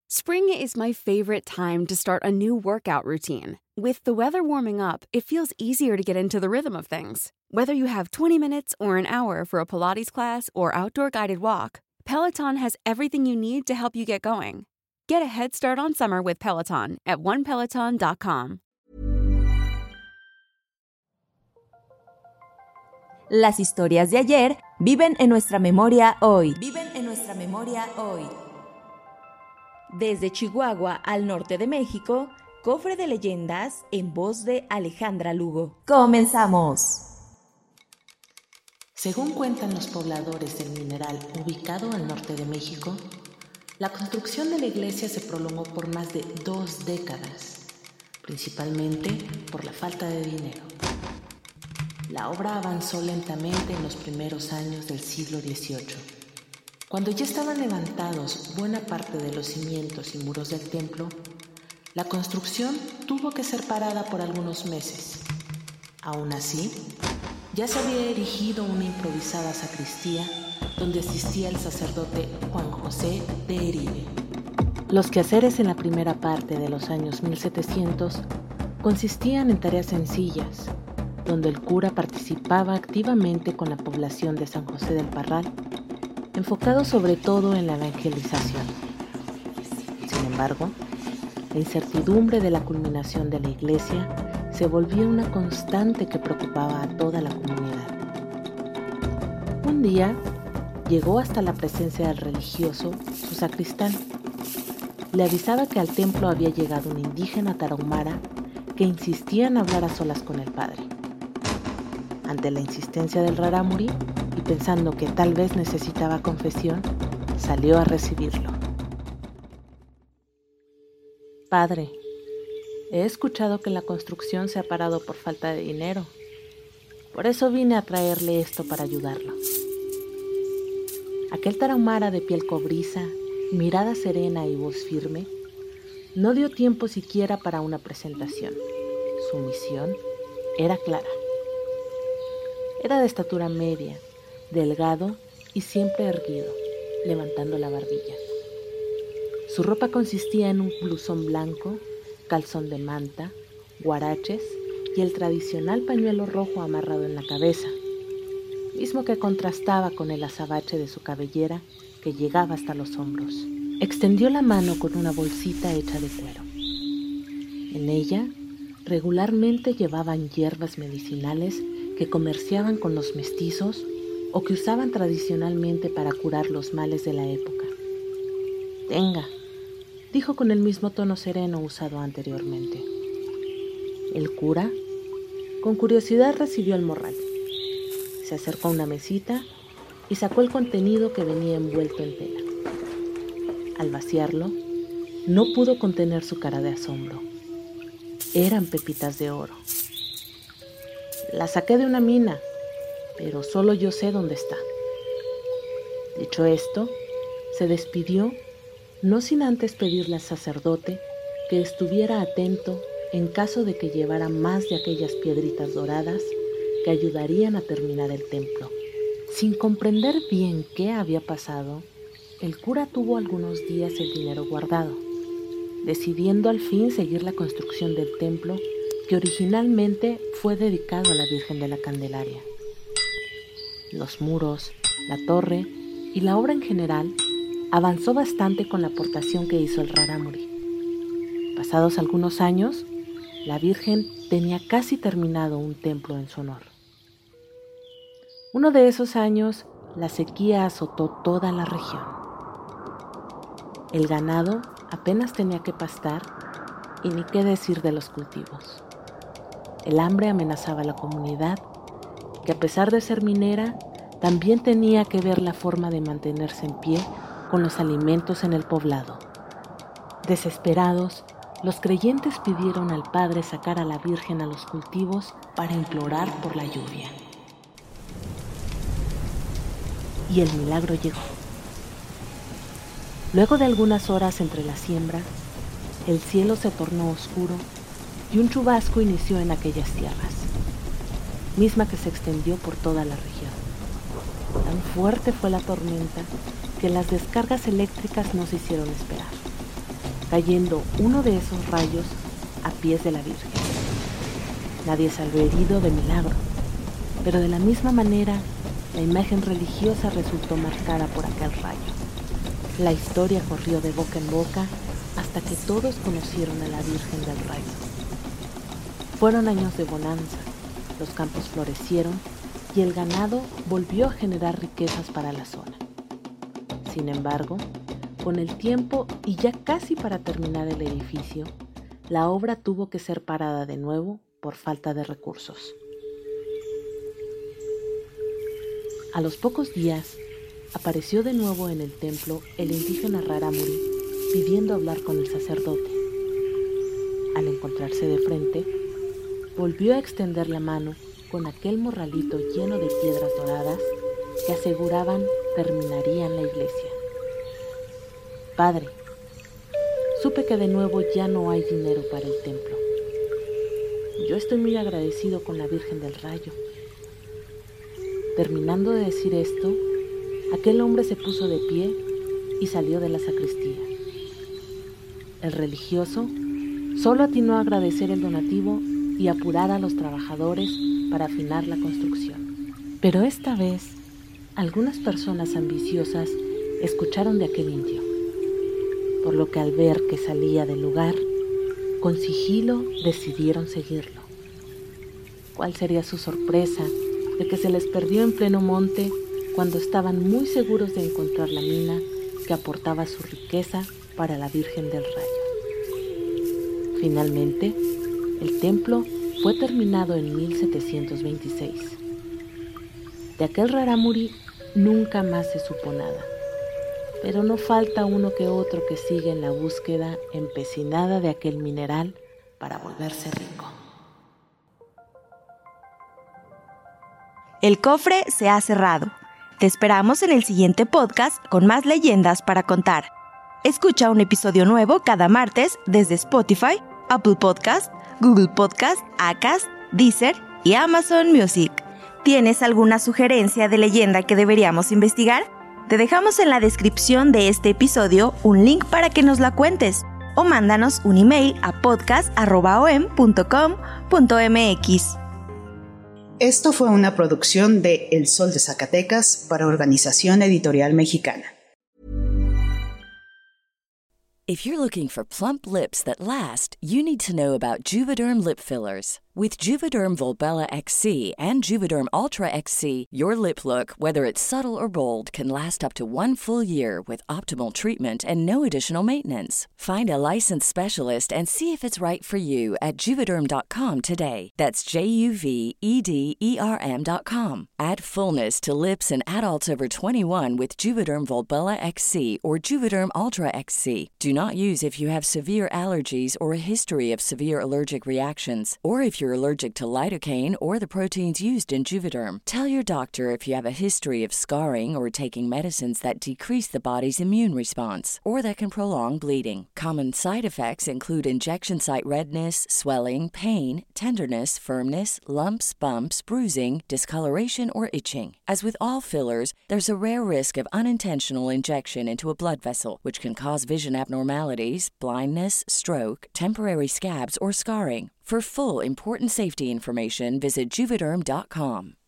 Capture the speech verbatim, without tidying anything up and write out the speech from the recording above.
Spring is my favorite time to start a new workout routine. With the weather warming up, it feels easier to get into the rhythm of things. Whether you have twenty minutes or an hour for a Pilates class or outdoor guided walk, Peloton has everything you need to help you get going. Get a head start on summer with Peloton at one peloton dot com. Las historias de ayer viven en nuestra memoria hoy. Viven en nuestra memoria hoy. Desde Chihuahua al norte de México, Cofre de Leyendas en voz de Alejandra Lugo. ¡Comenzamos! Según cuentan los pobladores del mineral ubicado al norte de México, la construcción de la iglesia se prolongó por más de dos décadas, principalmente por la falta de dinero. La obra avanzó lentamente en los primeros años del siglo dieciocho. Cuando ya estaban levantados buena parte de los cimientos y muros del templo, la construcción tuvo que ser parada por algunos meses. Aún así, ya se había erigido una improvisada sacristía donde asistía el sacerdote Juan José de Erive. Los quehaceres en la primera parte de los años mil setecientos consistían en tareas sencillas, donde el cura participaba activamente con la población de San José del Parral, enfocado sobre todo en la evangelización. Sin embargo, la incertidumbre de la culminación de la iglesia se volvió una constante que preocupaba a toda la comunidad. Un día, llegó hasta la presencia del religioso, su sacristán. Le avisaba que al templo había llegado un indígena tarahumara que insistía en hablar a solas con el padre. Ante la insistencia del rarámuri, y pensando que tal vez necesitaba confesión, salió a recibirlo. Padre, he escuchado que la construcción se ha parado por falta de dinero. Por eso vine a traerle esto para ayudarlo. Aquel tarahumara de piel cobriza, mirada serena y voz firme, no dio tiempo siquiera para una presentación. Su misión era clara. Era de estatura media, delgado y siempre erguido, levantando la barbilla. Su ropa consistía en un blusón blanco, calzón de manta, guaraches y el tradicional pañuelo rojo amarrado en la cabeza, mismo que contrastaba con el azabache de su cabellera que llegaba hasta los hombros. Extendió la mano con una bolsita hecha de cuero. En ella regularmente llevaban hierbas medicinales que comerciaban con los mestizos o que usaban tradicionalmente para curar los males de la época. Tenga, dijo con el mismo tono sereno usado anteriormente. El cura, con curiosidad, recibió el morral. Se acercó a una mesita y sacó el contenido que venía envuelto en tela. Al vaciarlo, no pudo contener su cara de asombro. Eran pepitas de oro. Las saqué de una mina, pero solo yo sé dónde está. Dicho esto, se despidió, no sin antes pedirle al sacerdote que estuviera atento en caso de que llevara más de aquellas piedritas doradas que ayudarían a terminar el templo. Sin comprender bien qué había pasado, el cura tuvo algunos días el dinero guardado, decidiendo al fin seguir la construcción del templo que originalmente fue dedicado a la Virgen de la Candelaria. Los muros, la torre y la obra en general avanzó bastante con la aportación que hizo el rarámuri. Pasados algunos años, la Virgen tenía casi terminado un templo en su honor. Uno de esos años, la sequía azotó toda la región. El ganado apenas tenía que pastar y ni qué decir de los cultivos. El hambre amenazaba a la comunidad, que a pesar de ser minera, también tenía que ver la forma de mantenerse en pie con los alimentos en el poblado. Desesperados, los creyentes pidieron al Padre sacar a la Virgen a los cultivos para implorar por la lluvia. Y el milagro llegó. Luego de algunas horas entre la siembra, el cielo se tornó oscuro y un chubasco inició en aquellas tierras, misma que se extendió por toda la región. Tan fuerte fue la tormenta que las descargas eléctricas no se hicieron esperar. cayendo uno de esos rayos a pies de la Virgen. Nadie salió herido de milagro, pero de la misma manera, la imagen religiosa resultó marcada por aquel rayo. La historia corrió de boca en boca hasta que todos conocieron a la Virgen del Rayo. Fueron años de bonanza, los campos florecieron y el ganado volvió a generar riquezas para la zona. Sin embargo, con el tiempo y ya casi para terminar el edificio, la obra tuvo que ser parada de nuevo por falta de recursos. A los pocos días, apareció de nuevo en el templo el indígena Rarámuri pidiendo hablar con el sacerdote. Al encontrarse de frente, volvió a extender la mano con aquel morralito lleno de piedras doradas que aseguraban terminarían la iglesia. Padre, supe que de nuevo ya no hay dinero para el templo. Yo estoy muy agradecido con la Virgen del Rayo. Terminando de decir esto, aquel hombre se puso de pie y salió de la sacristía. El religioso solo atinó a agradecer el donativo y apurar a los trabajadores para afinar la construcción. Pero esta vez, algunas personas ambiciosas escucharon de aquel indio, por lo que al ver que salía del lugar, con sigilo decidieron seguirlo. ¿Cuál sería su sorpresa de que se les perdió en pleno monte cuando estaban muy seguros de encontrar la mina que aportaba su riqueza para la Virgen del Rayo? Finalmente, el templo fue terminado en mil setecientos veintiséis. De aquel Rarámuri nunca más se supo nada, pero no falta uno que otro que sigue en la búsqueda empecinada de aquel mineral para volverse rico. El cofre se ha cerrado. Te esperamos en el siguiente podcast con más leyendas para contar. Escucha un episodio nuevo cada martes desde Spotify, Apple Podcast, Google Podcast, Acast, Deezer y Amazon Music. ¿Tienes alguna sugerencia de leyenda que deberíamos investigar? Te dejamos en la descripción de este episodio un link para que nos la cuentes o mándanos un email a podcast arroba o m punto com punto m x. Esto fue una producción de El Sol de Zacatecas para Organización Editorial Mexicana. If you're looking for plump lips that last, you need to know about Juvederm lip fillers. With Juvederm Volbella X C and Juvederm Ultra X C, your lip look, whether it's subtle or bold, can last up to one full year with optimal treatment and no additional maintenance. Find a licensed specialist and see if it's right for you at Juvederm dot com today. That's J U V E D E R M dot com. Add fullness to lips in adults over twenty-one with Juvederm Volbella X C or Juvederm Ultra X C. Do not use if you have severe allergies or a history of severe allergic reactions, or if you're allergic to lidocaine or the proteins used in Juvederm. Tell your doctor if you have a history of scarring or taking medicines that decrease the body's immune response or that can prolong bleeding. Common side effects include injection site redness, swelling, pain, tenderness, firmness, lumps, bumps, bruising, discoloration, or itching. As with all fillers, there's a rare risk of unintentional injection into a blood vessel, which can cause vision abnormalities, blindness, stroke, temporary scabs, or scarring. For full, important safety information, visit Juvederm dot com.